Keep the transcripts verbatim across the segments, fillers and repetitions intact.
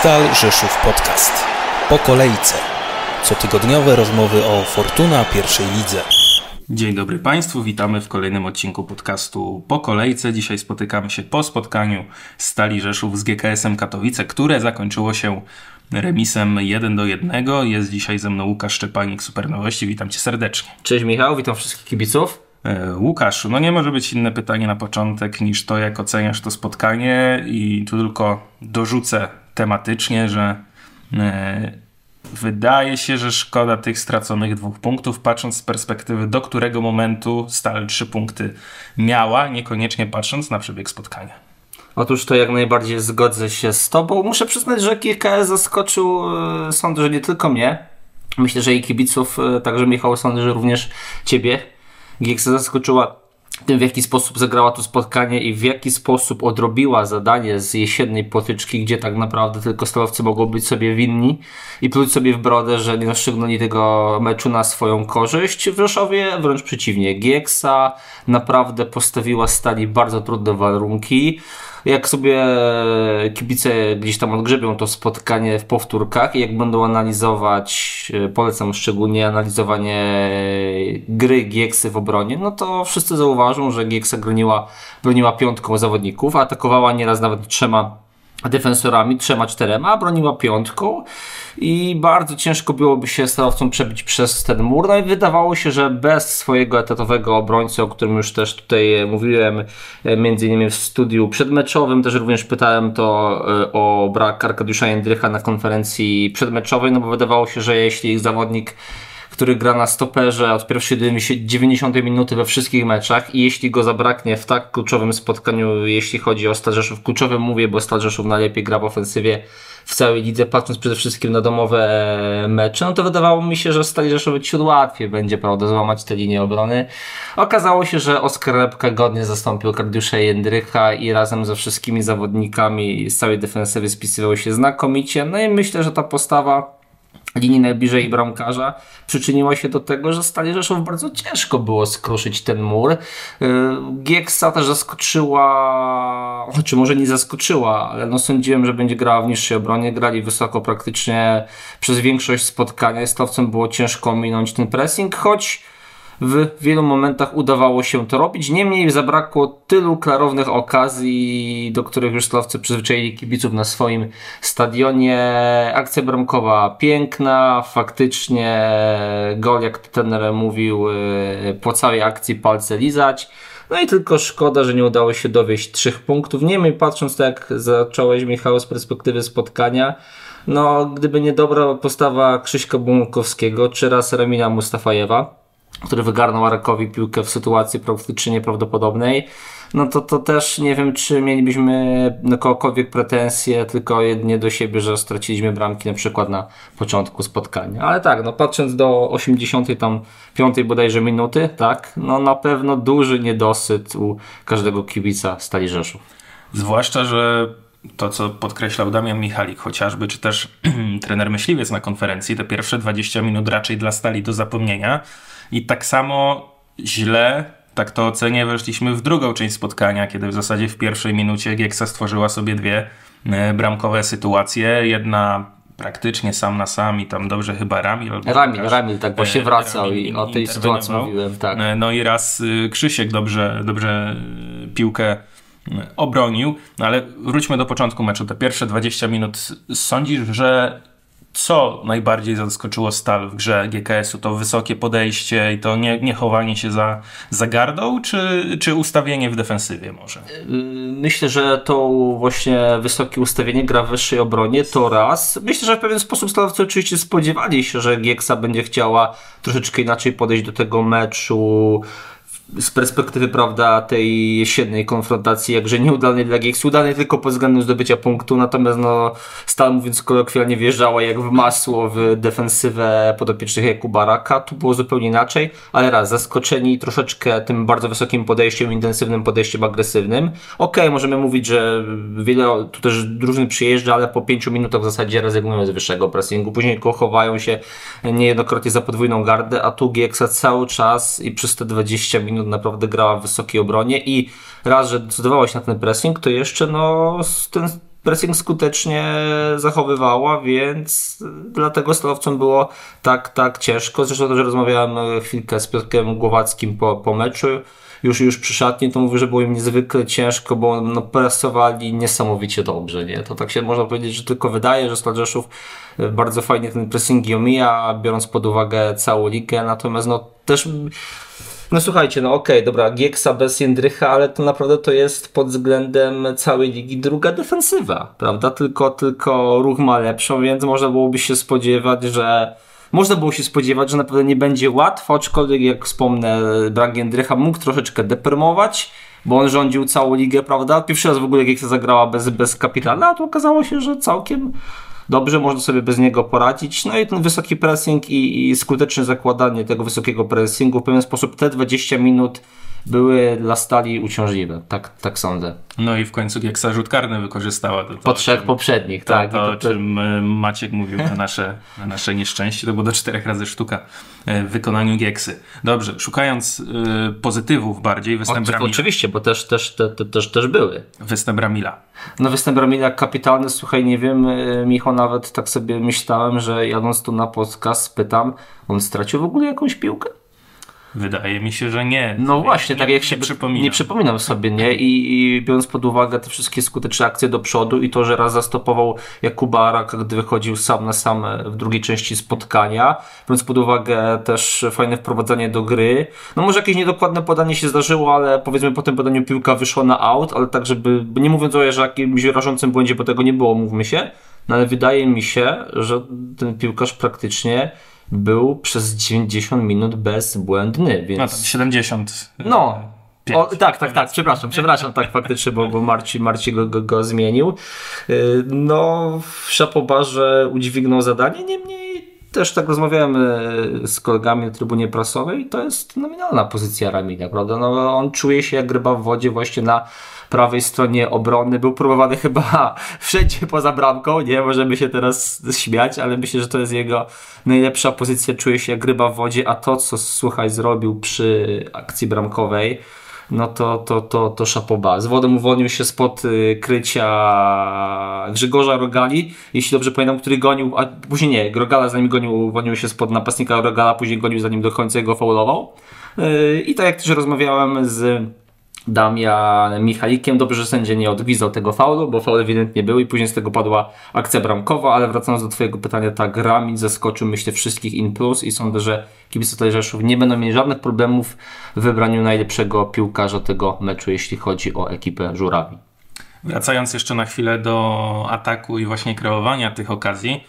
Stal Rzeszów Podcast. Po kolejce. Cotygodniowe rozmowy o Fortuna pierwszej lidze. Dzień dobry Państwu, witamy w kolejnym odcinku podcastu Po kolejce. Dzisiaj spotykamy się po spotkaniu Stali Rzeszów z G K S-em Katowice, które zakończyło się remisem jeden do jednego. Jest dzisiaj ze mną Łukasz Szczepanik, Super Nowości. Witam Cię serdecznie. Cześć Michał, witam wszystkich kibiców. E, Łukaszu, no nie może być inne pytanie na początek niż to, jak oceniasz to spotkanie, i tu tylko dorzucę tematycznie, że e, wydaje się, że szkoda tych straconych dwóch punktów, patrząc z perspektywy, do którego momentu Stal trzy punkty miała, niekoniecznie patrząc na przebieg spotkania. Otóż to jak najbardziej zgodzę się z Tobą. Muszę przyznać, że G K S zaskoczył, sądzę, że nie tylko mnie. Myślę, że i kibiców, także Michał, sądzę, że również Ciebie. G K S zaskoczyła tym, w jaki sposób zagrała to spotkanie i w jaki sposób odrobiła zadanie z jesiennej potyczki, gdzie tak naprawdę tylko stalowcy mogą być sobie winni i pluć sobie w brodę, że nie rozstrzygnęli tego meczu na swoją korzyść. W Rzeszowie wręcz przeciwnie. Gieksa naprawdę postawiła Stali bardzo trudne warunki. Jak sobie kibice gdzieś tam odgrzebią to spotkanie w powtórkach i jak będą analizować, polecam szczególnie analizowanie gry Gieksy w obronie, no to wszyscy zauważą, że Gieksa broniła, broniła piątką zawodników, atakowała nieraz nawet trzema defensorami, trzema, czterema, a broniła piątką i bardzo ciężko byłoby się stalowcom przebić przez ten mur. No i wydawało się, że bez swojego etatowego obrońcy, o którym już też tutaj mówiłem, między innymi w studiu przedmeczowym, też również pytałem to o brak Arkadiusza Jędrycha na konferencji przedmeczowej, no bo wydawało się, że jeśli ich zawodnik, który gra na stoperze od pierwszej do dziewięćdziesiątej minuty we wszystkich meczach, i jeśli go zabraknie w tak kluczowym spotkaniu, jeśli chodzi o Stal Rzeszów, kluczowym mówię, bo Stal Rzeszów najlepiej gra w ofensywie w całej lidze, patrząc przede wszystkim na domowe mecze, no to wydawało mi się, że Stali Rzeszowi ciut łatwiej będzie, prawda, złamać tę linię obrony. Okazało się, że Oskar Repka godnie zastąpił Arkadiusza Jędrycha i razem ze wszystkimi zawodnikami z całej defensywy spisywał się znakomicie. No i myślę, że ta postawa linii najbliżej bramkarza przyczyniła się do tego, że Stali Rzeszów bardzo ciężko było skruszyć ten mur. Gieksa też zaskoczyła, czy może nie zaskoczyła, ale no sądziłem, że będzie grała w niższej obronie. Grali wysoko praktycznie przez większość spotkania. Stawcom było ciężko ominąć ten pressing, choć w wielu momentach udawało się to robić. Niemniej zabrakło tylu klarownych okazji, do których już stalowcy przyzwyczaili kibiców na swoim stadionie. Akcja bramkowa piękna, faktycznie gol, jak trener mówił, po całej akcji palce lizać. No i tylko szkoda, że nie udało się dowieść trzech punktów. Niemniej patrząc tak, jak zacząłeś, Michał, z perspektywy spotkania, no gdyby nie dobra postawa Krzyśka Bunkowskiego czy raz Ramila Mustafajewa, który wygarnął Arakowi piłkę w sytuacji praktycznie nieprawdopodobnej, no to to też nie wiem, czy mielibyśmy na kogokolwiek pretensje, tylko jedynie do siebie, że straciliśmy bramki na przykład na początku spotkania. Ale tak, no patrząc do osiemdziesiątej tam piątej bodajże minuty, tak, no na pewno duży niedosyt u każdego kibica Stali Rzeszów. Zwłaszcza, że to, co podkreślał Damian Michalik chociażby, czy też trener Myśliwiec na konferencji, te pierwsze dwadzieścia minut raczej dla Stali do zapomnienia. I tak samo źle, tak to ocenię, weszliśmy w drugą część spotkania, kiedy w zasadzie w pierwszej minucie Gieksa stworzyła sobie dwie bramkowe sytuacje. Jedna praktycznie sam na sam i tam dobrze chyba Ramil. Ramil, Ramil tak właśnie wracał Ramil i o tej sytuacji mówiłem. Tak. No i raz Krzysiek dobrze, dobrze piłkę obronił. No ale wróćmy do początku meczu. Te pierwsze dwadzieścia minut, sądzisz, że co najbardziej zaskoczyło Stal w grze G K S-u? To wysokie podejście i to nie, nie chowanie się za, za gardą, czy, czy ustawienie w defensywie może? Myślę, że to właśnie wysokie ustawienie, gra w wyższej obronie to raz. Myślę, że w pewien sposób stalowcy oczywiście spodziewali się, że Gieksa będzie chciała troszeczkę inaczej podejść do tego meczu, z perspektywy, prawda, tej jesiennej konfrontacji, jakże nieudalnej dla Gieksy, udanej tylko pod względem zdobycia punktu, natomiast no Stal, mówiąc kolokwialnie, wjeżdżała jak w masło w defensywę podopiecznych Jakuba Raka. Tu było zupełnie inaczej, ale raz, zaskoczeni troszeczkę tym bardzo wysokim podejściem, intensywnym podejściem agresywnym. Okej, okay, możemy mówić, że wiele tu też drużyn przyjeżdża, ale po pięciu minutach w zasadzie rezygnują z wyższego pressingu, później chowają się niejednokrotnie za podwójną gardę, a tu Gieksa cały czas i przez te dwadzieścia minut naprawdę grała w wysokiej obronie i raz, że decydowała się na ten pressing, to jeszcze no ten pressing skutecznie zachowywała, więc dlatego stalowcom było tak, tak ciężko. Zresztą też rozmawiałem chwilkę z Piotrkiem Głowackim po, po meczu, już już przy szatni, to mówię, że było im niezwykle ciężko, bo no, presowali niesamowicie dobrze, nie? To tak się można powiedzieć, że tylko wydaje, że Stal Rzeszów bardzo fajnie ten pressing omija, biorąc pod uwagę całą ligę, natomiast no też... No słuchajcie, no okej, okay, dobra, Gieksa bez Jędrycha, ale to naprawdę to jest pod względem całej ligi druga defensywa, prawda? Tylko, tylko Ruch ma lepszą, więc można byłoby się spodziewać, że można było się spodziewać, że naprawdę nie będzie łatwo, aczkolwiek jak wspomnę, brak Jędrycha mógł troszeczkę deprymować, bo on rządził całą ligę, prawda? Pierwszy raz w ogóle Gieksa zagrała bez, bez kapitana, a tu okazało się, że całkiem dobrze, można sobie bez niego poradzić. No i ten wysoki pressing i, i skuteczne zakładanie tego wysokiego pressingu w pewien sposób te dwadzieścia minut były dla Stali uciążliwe. Tak, tak sądzę. No i w końcu Gieksa rzut karny wykorzystała. To, to, po trzech czym, poprzednich, to, tak. To, to, o czym Maciek mówił na nasze, na nasze nieszczęście, to było do czterech razy sztuka w wykonaniu Gieksy. Dobrze, szukając y, pozytywów bardziej, występ Ramila. Oczywiście, bo też, też, te, te, też, też były. Występ Ramila. No występ Ramila kapitalny, słuchaj, nie wiem, Michał, nawet tak sobie myślałem, że jadąc tu na podcast pytam, on stracił w ogóle jakąś piłkę? Wydaje mi się, że nie. No właśnie, nie, tak jak się nie przypominam. Nie przypominam sobie, nie? I, I biorąc pod uwagę te wszystkie skuteczne akcje do przodu i to, że raz zastopował Jakuba Araka, gdy wychodził sam na sam w drugiej części spotkania, biorąc pod uwagę też fajne wprowadzanie do gry. No może jakieś niedokładne podanie się zdarzyło, ale powiedzmy po tym podaniu piłka wyszła na out, ale tak, żeby, nie mówiąc o że jakimś rażącym błędzie, bo tego nie było, mówmy się, no ale wydaje mi się, że ten piłkarz praktycznie był przez dziewięćdziesiąt minut bezbłędny, więc... No tam siedemdziesiąt. No, o, tak, tak, tak, przepraszam, przepraszam, tak faktycznie, bo, bo Marci, Marci go, go, go zmienił. No, Szapoba, że udźwignął zadanie, niemniej też tak rozmawiałem z kolegami na trybunie prasowej i to jest nominalna pozycja Ramila, prawda? No, on czuje się jak ryba w wodzie właśnie na prawej stronie obrony, był próbowany chyba wszędzie poza bramką, nie, możemy się teraz śmiać, ale myślę, że to jest jego najlepsza pozycja, czuje się jak ryba w wodzie, a to, co słuchaj zrobił przy akcji bramkowej, no to, to, to, to szapoba. Z wodą uwolnił się spod y, krycia Grzegorza Rogali, jeśli dobrze pamiętam, który gonił, a później nie, Rogala zanim gonił, uwolnił się spod napastnika Rogala, później gonił zanim do końca go faulował. Y, I tak jak też rozmawiałem z Damian Michalikiem, dobrze, że sędzia nie odgwizdał tego faulu, bo faul ewidentnie był i później z tego padła akcja bramkowa, ale wracając do twojego pytania, tak, Ramil zaskoczył myślę wszystkich in plus i sądzę, że kibice Stal Rzeszów nie będą mieli żadnych problemów w wybraniu najlepszego piłkarza tego meczu, jeśli chodzi o ekipę Żurawi. Wracając jeszcze na chwilę do ataku i właśnie kreowania tych okazji,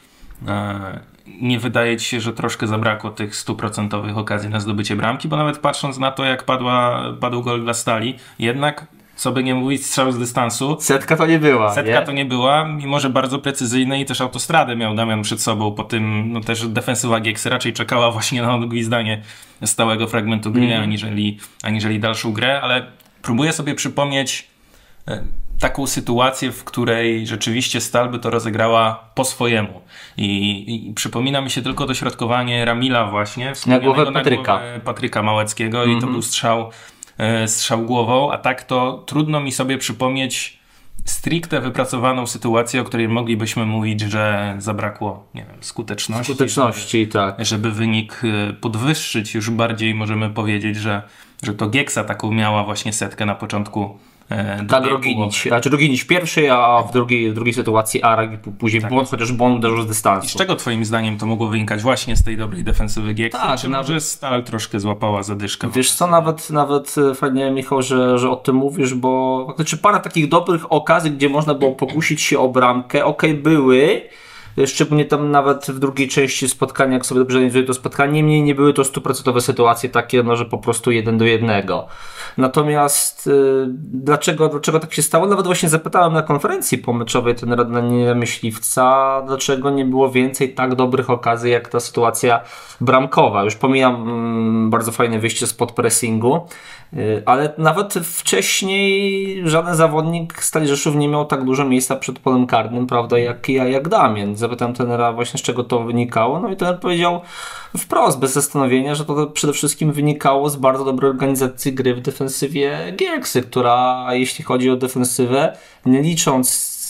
nie wydaje ci się, że troszkę zabrakło tych stuprocentowych okazji na zdobycie bramki, bo nawet patrząc na to, jak padła, padł gol dla Stali, jednak, co by nie mówić, strzał z dystansu. Setka to nie była. Setka nie? to nie była, mimo że bardzo precyzyjny i też autostradę miał Damian przed sobą, po tym no też defensywa Gieksy raczej czekała właśnie na odgwizdanie stałego fragmentu gry, mm. aniżeli, aniżeli dalszą grę, ale próbuję sobie przypomnieć taką sytuację, w której rzeczywiście Stal by to rozegrała po swojemu. I, i przypomina mi się tylko dośrodkowanie Ramila właśnie, na głowę Patryka. Na głowę Patryka Małeckiego mm-hmm. i to był strzał, e, strzał głową, a tak to trudno mi sobie przypomnieć stricte wypracowaną sytuację, o której moglibyśmy mówić, że zabrakło, nie wiem, skuteczności. Skuteczności, żeby, tak. Żeby wynik podwyższyć, już bardziej możemy powiedzieć, że, że to Gieksa taką miała właśnie setkę na początku. Tak, Roginić. Znaczy Roginić w pierwszej, a w drugiej, w drugiej sytuacji Arak później tak. błąd, chociaż błąd uderzył z dystansu. I z czego twoim zdaniem to mogło wynikać właśnie z tej dobrej defensywy Gieksy? Tak, czy nawet, może Stal troszkę złapała zadyszkę? Wiesz co, nawet, nawet fajnie, Michał, że, że o tym mówisz, bo znaczy parę takich dobrych okazji, gdzie można było pokusić się o bramkę, okej, okay, były, szczególnie tam nawet w drugiej części spotkania, jak sobie dobrze analizuję to spotkanie, niemniej nie były to stuprocentowe sytuacje takie, no, że po prostu jeden do jednego. Natomiast yy, dlaczego, dlaczego tak się stało? Nawet właśnie zapytałem na konferencji pomeczowej trenera Daniela Myśliwca, dlaczego nie było więcej tak dobrych okazji jak ta sytuacja bramkowa. Już pomijam mm, bardzo fajne wyjście spod pressingu, yy, ale nawet wcześniej żaden zawodnik Stali Rzeszów nie miał tak dużo miejsca przed polem karnym, prawda, jak ja, jak Damian. Zapytałem trenera właśnie, z czego to wynikało, no i trener powiedział wprost, bez zastanowienia, że to przede wszystkim wynikało z bardzo dobrej organizacji gry w defensywie Gieksy, która, jeśli chodzi o defensywę, nie licząc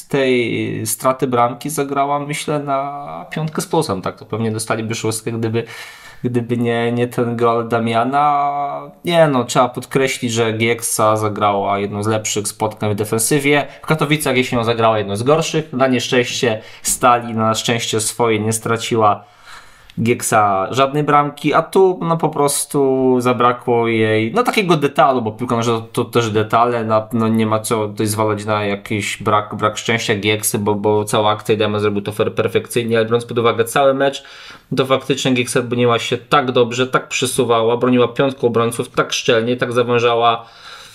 z tej straty bramki zagrała, myślę, na piątkę z plusem. Tak, to pewnie dostaliby szóstkę, gdyby, gdyby nie, nie ten gol Damiana. Nie no, trzeba podkreślić, że Gieksa zagrała jedno z lepszych spotkań w defensywie. W Katowicach jeśli zagrała jedno z gorszych. Na nieszczęście Stali, na szczęście swoje nie straciła Gieksa żadnej bramki, a tu no po prostu zabrakło jej no takiego detalu, bo piłka nożna to, to też detale, no, no nie ma co tutaj zwalać na jakiś brak, brak szczęścia Gieksy, bo, bo cała akcja Damian zrobił to perfekcyjnie, ale biorąc pod uwagę cały mecz, to faktycznie Gieksa broniła się tak dobrze, tak przysuwała, broniła piątką obrońców, tak szczelnie, tak zawężała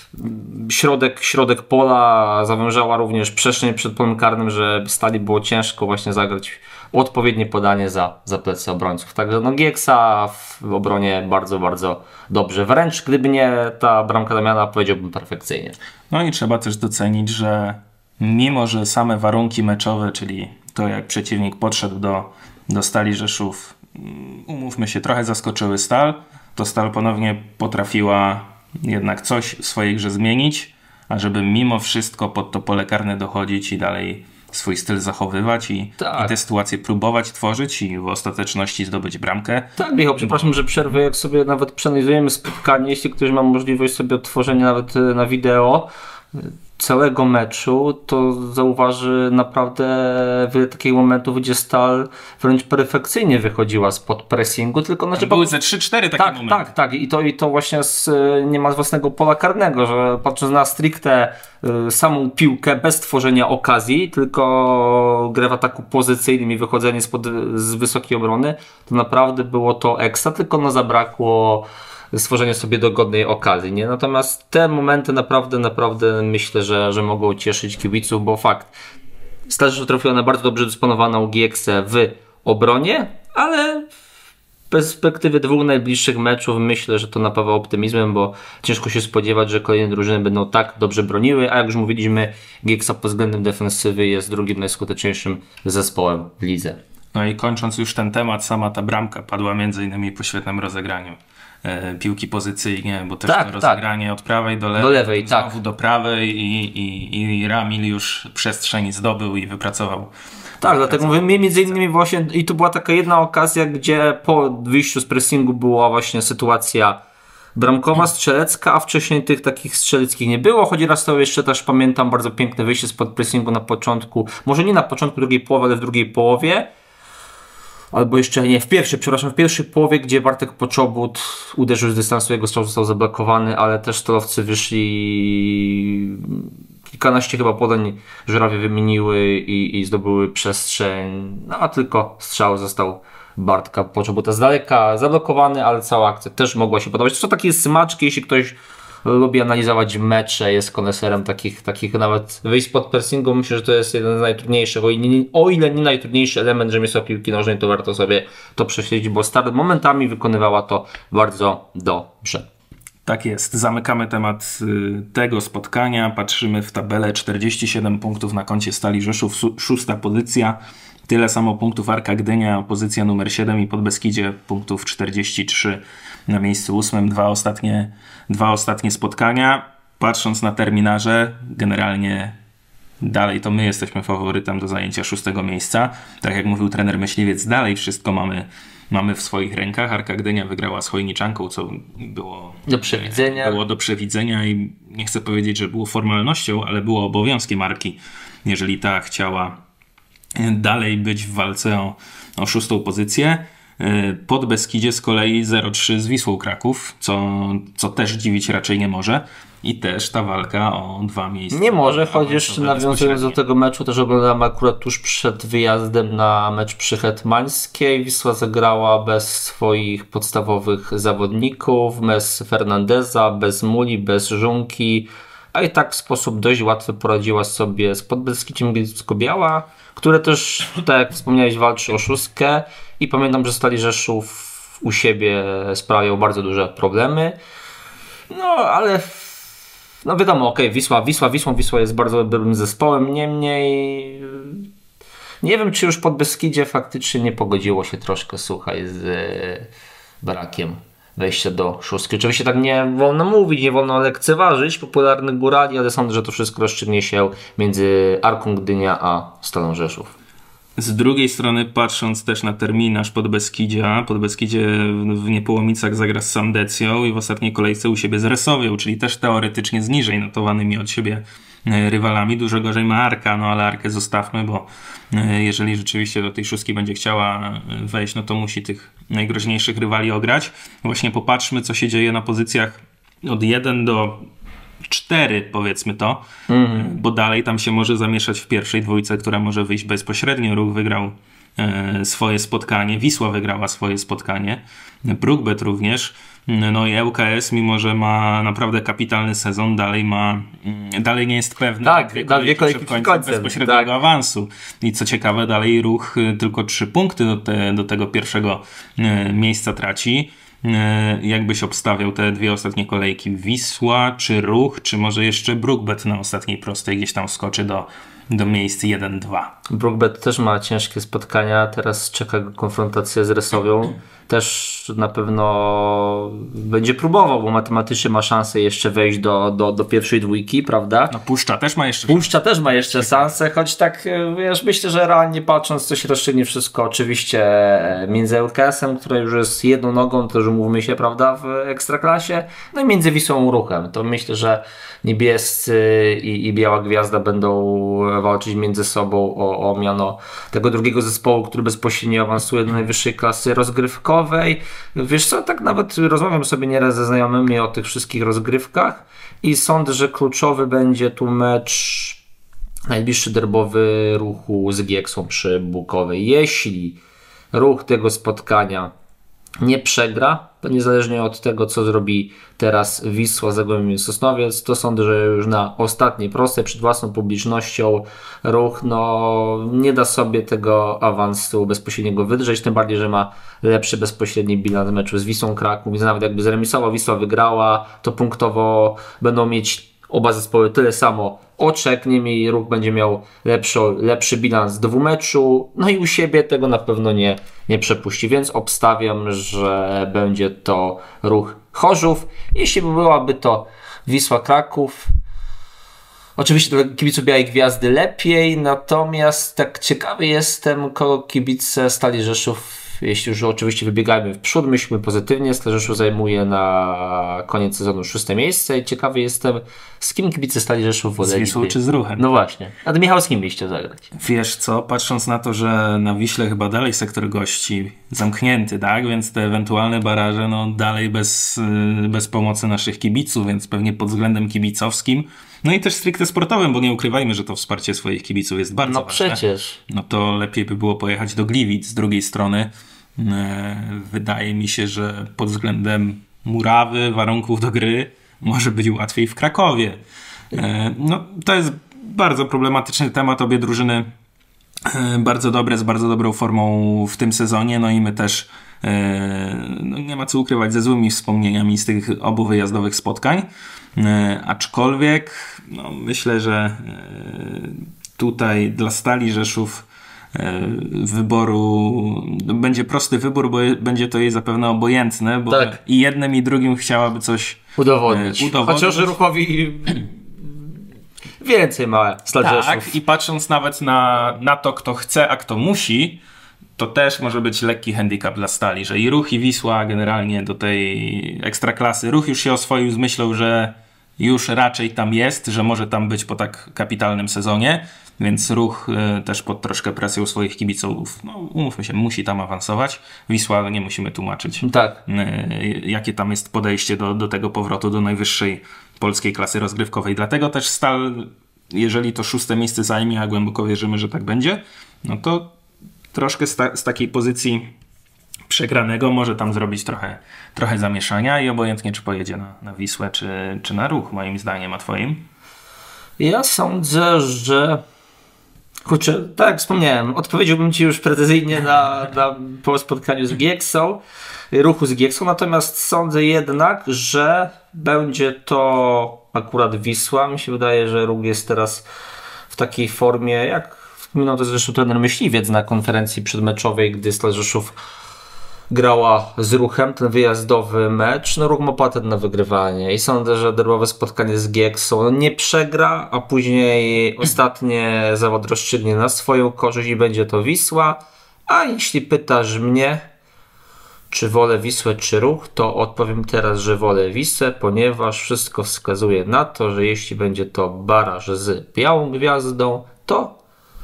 środek, środek pola, zawężała również przestrzeń przed polem karnym, że Stali było ciężko właśnie zagrać odpowiednie podanie za, za plecy obrońców. Także no Gieksa w obronie bardzo, bardzo dobrze. Wręcz gdyby nie ta bramka Damiana, powiedziałbym perfekcyjnie. No i trzeba też docenić, że mimo, że same warunki meczowe, czyli to jak przeciwnik podszedł do, do Stali Rzeszów, umówmy się, trochę zaskoczyły Stal, to Stal ponownie potrafiła jednak coś w swojej grze zmienić, a żeby mimo wszystko pod to pole karne dochodzić i dalej swój styl zachowywać i, tak. i te sytuacje próbować tworzyć i w ostateczności zdobyć bramkę. Tak, Michał, przepraszam, że przerwę, jak sobie nawet przeanalizujemy spotkanie, jeśli ktoś ma możliwość sobie odtworzenia nawet na wideo całego meczu, to zauważy naprawdę wiele takich momentów, gdzie Stal wręcz perfekcyjnie wychodziła spod pressingu, tylko znaczy, były ze trzy cztery takie tak, momenty. Tak, tak, i to, i to właśnie z, nie ma z własnego pola karnego, że patrząc na stricte y, samą piłkę bez tworzenia okazji, tylko grę w ataku pozycyjnym i wychodzenie spod, z wysokiej obrony, to naprawdę było to ekstra, tylko no zabrakło stworzenie sobie dogodnej okazji, nie? Natomiast te momenty naprawdę, naprawdę myślę, że, że mogą cieszyć kibiców, bo fakt, Stal Rzeszów trafiła na bardzo dobrze dysponowaną Gieksę w obronie, ale w perspektywie dwóch najbliższych meczów myślę, że to napawa optymizmem, bo ciężko się spodziewać, że kolejne drużyny będą tak dobrze broniły, a jak już mówiliśmy, Gieksa pod względem defensywy jest drugim najskuteczniejszym zespołem w lidze. No i kończąc już ten temat, sama ta bramka padła między innymi po świetnym rozegraniu piłki pozycyjnie, bo też tak, to rozegranie tak. od prawej do lewej, do lewej znowu tak. do prawej i, i, i Ramil już przestrzeń zdobył i wypracował. Tak, dlatego mówię, między innymi właśnie i to była taka jedna okazja, gdzie po wyjściu z pressingu była właśnie sytuacja bramkowa, strzelecka, a wcześniej tych takich strzeleckich nie było, choć raz to jeszcze też pamiętam bardzo piękne wyjście spod pressingu na początku, może nie na początku drugiej połowy, ale w drugiej połowie, albo jeszcze nie, w pierwszej, przepraszam, w pierwszej połowie, gdzie Bartek Poczobut uderzył z dystansu, jego strzał został zablokowany, ale też Stalowcy wyszli, kilkanaście chyba podań Żurawie wymieniły i, i zdobyły przestrzeń, no a tylko strzał został Bartka Poczobuta z daleka zablokowany, ale cała akcja też mogła się podobać. To są takie smaczki, jeśli ktoś lubi analizować mecze, jest koneserem takich, takich nawet wyjść spod pressingu, myślę, że to jest jeden z najtrudniejszych, o ile, o ile nie najtrudniejszy element rzemiosła piłki nożnej, to warto sobie to prześledzić, bo Stal momentami wykonywała to bardzo dobrze. Tak jest. Zamykamy temat tego spotkania. Patrzymy w tabelę. czterdzieści siedem punktów na koncie Stali Rzeszów. Szósta pozycja. Tyle samo punktów Arka Gdynia. Pozycja numer siedem i Podbeskidzie punktów czterdzieści trzy na miejscu ósmym. Dwa ostatnie, dwa ostatnie spotkania. Patrząc na terminarze, generalnie dalej to my jesteśmy faworytem do zajęcia szóstego miejsca. Tak jak mówił trener Myśliwiec, dalej wszystko mamy Mamy w swoich rękach. Arka Gdynia wygrała z Chojniczanką, co było do przewidzenia. Było do przewidzenia i nie chcę powiedzieć, że było formalnością, ale było obowiązkiem Arki, jeżeli ta chciała dalej być w walce o, o szóstą pozycję. Pod Beskidzie z kolei zero trzy z Wisłą Kraków, co, co też dziwić raczej nie może. I też ta walka o dwa miejsca. Nie może, choć jeszcze nawiązując do tego meczu, też oglądałem akurat tuż przed wyjazdem na mecz przy Hetmańskiej. Wisła zagrała bez swoich podstawowych zawodników, bez Fernandeza, bez Muli, bez Żunki, a i tak w sposób dość łatwy poradziła sobie z Podbeskidziem Gliwicko-Biała, które też, tak jak wspomniałeś, walczy o szóstkę i pamiętam, że Stali Rzeszów u siebie sprawiał bardzo duże problemy. No, ale no wiadomo, okej, okay, Wisła, Wisła, Wisłą, Wisła jest bardzo dobrym zespołem, niemniej nie wiem, czy już pod Beskidzie faktycznie nie pogodziło się troszkę, słuchaj, z brakiem wejścia do szóstki. Oczywiście tak nie wolno mówić, nie wolno lekceważyć popularnych górali, ale sądzę, że to wszystko rozstrzygnie się między Arką Gdynia a Stalą Rzeszów. Z drugiej strony, patrząc też na terminarz Podbeskidzia, Podbeskidzie w Niepołomicach zagra z Sandecją i w ostatniej kolejce u siebie z Resowią, czyli też teoretycznie z niżej notowanymi od siebie rywalami. Dużo gorzej ma Arka, no ale Arkę zostawmy, bo jeżeli rzeczywiście do tej szóstki będzie chciała wejść, no to musi tych najgroźniejszych rywali ograć. Właśnie popatrzmy, co się dzieje na pozycjach od jeden do cztery, powiedzmy to, mm-hmm. bo dalej tam się może zamieszać w pierwszej dwójce, która może wyjść bezpośrednio. Ruch wygrał e, swoje spotkanie, Wisła wygrała swoje spotkanie, Brookbet również, no i L K S, mimo że ma naprawdę kapitalny sezon, dalej ma, dalej nie jest pewny tak, dwie kolejki kolejki przed końcem bezpośredniego tak. awansu. I co ciekawe, dalej Ruch tylko trzy punkty do, te, do tego pierwszego e, miejsca traci. Jakbyś obstawiał te dwie ostatnie kolejki? Wisła, czy Ruch, czy może jeszcze Brookbet na ostatniej prostej gdzieś tam skoczy do, do miejsc jeden dwa? Brookbet też ma ciężkie spotkania, teraz czeka go konfrontacja z Resowią. Też na pewno będzie próbował, bo matematycznie ma szansę jeszcze wejść do, do, do pierwszej dwójki, prawda? No Puszcza też ma jeszcze Puszcza też ma jeszcze szansę, choć tak, wiesz, myślę, że realnie patrząc, to się rozstrzygnie wszystko oczywiście między L K S-em, które już jest jedną nogą, to już umówmy się, prawda, w Ekstraklasie, no i między Wisłą Ruchem. To myślę, że niebiescy i, i Biała Gwiazda będą walczyć między sobą o, o miano tego drugiego zespołu, który bezpośrednio awansuje do najwyższej klasy rozgrywkowej. Wiesz co, tak nawet rozmawiam sobie nieraz ze znajomymi o tych wszystkich rozgrywkach i sądzę, że kluczowy będzie tu mecz najbliższy derbowy Ruchu z Gieksą przy Bukowej. Jeśli Ruch tego spotkania nie przegra, to niezależnie od tego, co zrobi teraz Wisła Zagłębie Sosnowiec, to sądzę, że już na ostatniej prostej przed własną publicznością Ruch no, nie da sobie tego awansu bezpośredniego wydrzeć, tym bardziej, że ma lepszy bezpośredni bilans meczu z Wisłą Kraków, więc nawet jakby zremisował, Wisła wygrała, to punktowo będą mieć oba zespoły tyle samo oczek, niemniej Ruch będzie miał lepszy, lepszy bilans dwumeczu, no i u siebie tego na pewno nie, nie przepuści, więc obstawiam, że będzie to Ruch Chorzów. Jeśli byłaby to Wisła Kraków, oczywiście dla kibiców Białej Gwiazdy lepiej, natomiast tak ciekawy jestem, kogo kibice Stali Rzeszów, jeśli już oczywiście wybiegajmy w przód, myślmy pozytywnie, Stal Rzeszów zajmuje na koniec sezonu szóste miejsce i ciekawy jestem, z kim kibice Stali Rzeszów woleli. Z Wisłą czy z Ruchem? No właśnie. A ty, Michał, z kim byście zagrać? Wiesz co, patrząc na to, że na Wiśle chyba dalej sektor gości zamknięty, tak? Więc te ewentualne baraże no dalej bez, bez pomocy naszych kibiców, więc pewnie pod względem kibicowskim, no i też stricte sportowym, bo nie ukrywajmy, że to wsparcie swoich kibiców jest bardzo no ważne. No przecież. No to lepiej by było pojechać do Gliwic. Z drugiej strony wydaje mi się, że pod względem murawy, warunków do gry może być łatwiej w Krakowie. No to jest bardzo problematyczny temat. Obie drużyny bardzo dobre, z bardzo dobrą formą w tym sezonie. No i my też no nie ma co ukrywać, ze złymi wspomnieniami z tych obu wyjazdowych spotkań. Aczkolwiek no myślę, że tutaj dla Stali Rzeszów wyboru będzie prosty wybór, bo będzie to jej zapewne obojętne, bo tak. i jednym i drugim chciałaby coś udowodnić. udowodnić. Chociaż Ruchowi więcej ma Stal Rzeszów. Tak, i patrząc nawet na, na to, kto chce, a kto musi, to też może być lekki handicap dla Stali, że i Ruch, i Wisła generalnie do tej ekstraklasy. Ruch już się oswoił z myślą, że już raczej tam jest, że może tam być po tak kapitalnym sezonie, więc Ruch y, też pod troszkę presją swoich kibiców, no umówmy się, musi tam awansować. Wisła nie musimy tłumaczyć, tak. y, jakie tam jest podejście do, do tego powrotu do najwyższej polskiej klasy rozgrywkowej. Dlatego też Stal, jeżeli to szóste miejsce zajmie, a głęboko wierzymy, że tak będzie, no to troszkę z, ta, z takiej pozycji przegranego może tam zrobić trochę, trochę zamieszania i obojętnie czy pojedzie na, na Wisłę czy, czy na Ruch, moim zdaniem, a twoim? Ja sądzę, że kurczę, tak jak wspomniałem, odpowiedziałbym ci już precyzyjnie na, na, po spotkaniu z Gieksą, Ruchu z Gieksą, natomiast sądzę jednak, że będzie to akurat Wisła. Mi się wydaje, że Ruch jest teraz w takiej formie, jak wspominał to zresztą trener Myśliwiec na konferencji przedmeczowej, gdy Stal Rzeszów grała z Ruchem, ten wyjazdowy mecz, no Ruch ma patent na wygrywanie i sądzę, że derbowe spotkanie z Gieksą no nie przegra, a później ostatnie zawód rozstrzygnie na swoją korzyść i będzie to Wisła. A jeśli pytasz mnie, czy wolę Wisłę czy Ruch, to odpowiem teraz, że wolę Wisłę, ponieważ wszystko wskazuje na to, że jeśli będzie to baraż z Białą Gwiazdą, to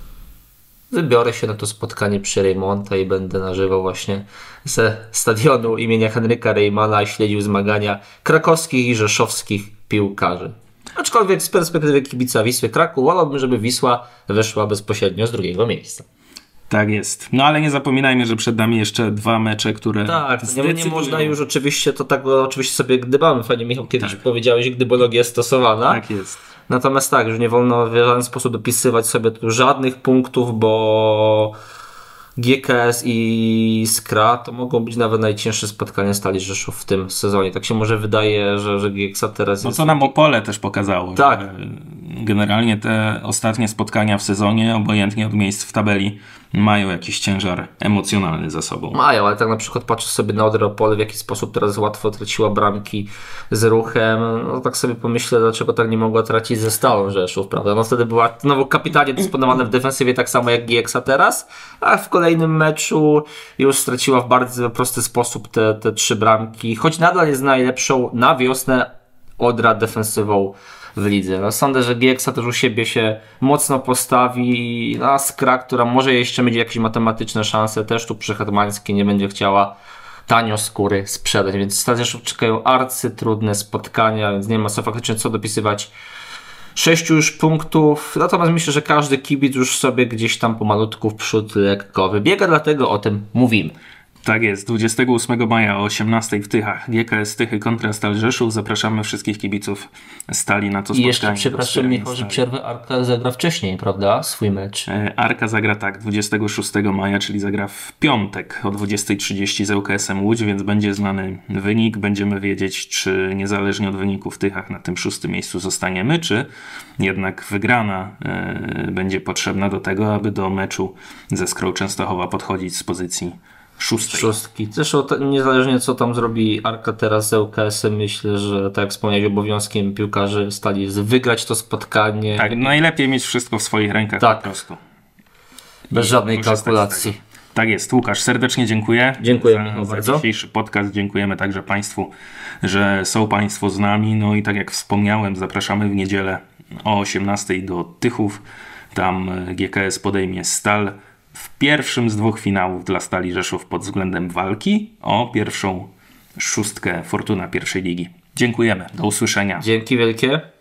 wybiorę się na to spotkanie przy Reymonta i będę na żywo właśnie ze stadionu imienia Henryka Reymana i śledził zmagania krakowskich i rzeszowskich piłkarzy. Aczkolwiek z perspektywy kibica Wisły Kraków wolałbym, żeby Wisła wyszła bezpośrednio z drugiego miejsca. Tak jest. No ale nie zapominajmy, że przed nami jeszcze dwa mecze, które Tak, nie, nie można już oczywiście, to tak oczywiście sobie gdybamy. Fajnie, Michał, kiedyś tak powiedziałeś, gdybologia jest stosowana. Tak jest. Natomiast tak, że nie wolno w żaden sposób dopisywać sobie tu żadnych punktów, bo G K S i Skra to mogą być nawet najcięższe spotkania Stali Rzeszów w tym sezonie. Tak się może wydaje, że, że G K S teraz no jest... co nam Opole też pokazało. Tak. Generalnie te ostatnie spotkania w sezonie, obojętnie od miejsc w tabeli, mają jakiś ciężar emocjonalny za sobą. Mają, ale tak na przykład patrzę sobie na Odrę Opole, w jaki sposób teraz łatwo traciła bramki z Ruchem. No tak sobie pomyślę, dlaczego tak nie mogła tracić ze Stalą Rzeszów, prawda? No wtedy była znowu kapitalnie dysponowana w defensywie, tak samo jak Gieksa teraz, a w kolejnym meczu już straciła w bardzo prosty sposób te, te trzy bramki, choć nadal jest najlepszą na wiosnę Odra defensywą w lidze. No, sądzę, że Gieksa też u siebie się mocno postawi, a Skra, która może jeszcze mieć jakieś matematyczne szanse, też tu przy Hetmańskiej nie będzie chciała tanio skóry sprzedać, więc Stali Rzeszów czekają arcy trudne spotkania, więc nie ma co faktycznie co dopisywać sześciu już punktów, natomiast myślę, że każdy kibic już sobie gdzieś tam pomalutku w przód lekko wybiega, dlatego o tym mówimy. Tak jest, dwudziestego ósmego maja o osiemnastej w Tychach, G K S Tychy kontra Stal Rzeszów. Zapraszamy wszystkich kibiców Stali na to spotkanie. I jeszcze przepraszam, Michał, że przerwę Arka zagra wcześniej, prawda? Swój mecz. Arka zagra tak, dwudziestego szóstego maja, czyli zagra w piątek o dwudziestej trzydzieści z L K S-em Łódź, więc będzie znany wynik. Będziemy wiedzieć, czy niezależnie od wyniku w Tychach na tym szóstym miejscu zostaniemy, czy jednak wygrana y, będzie potrzebna do tego, aby do meczu ze Skrą Częstochowa podchodzić z pozycji Szóstej. Szóstki. Zresztą to, niezależnie co tam zrobi Arka teraz z L K S-em, myślę, że tak jak wspomniałeś, obowiązkiem piłkarzy Stali jest wygrać to spotkanie. Tak, najlepiej mieć wszystko w swoich rękach tak. Po prostu. Bez I żadnej kalkulacji. Tak jest. Łukasz, serdecznie dziękuję. Dziękuję za, Michał, za bardzo. dzisiejszy podcast. Dziękujemy także Państwu, że są Państwo z nami. No i tak jak wspomniałem, zapraszamy w niedzielę o osiemnastej do Tychów. Tam G K S podejmie Stal w pierwszym z dwóch finałów dla Stali Rzeszów pod względem walki o pierwszą szóstkę Fortuna pierwszej ligi. Dziękujemy. Do usłyszenia. Dzięki wielkie.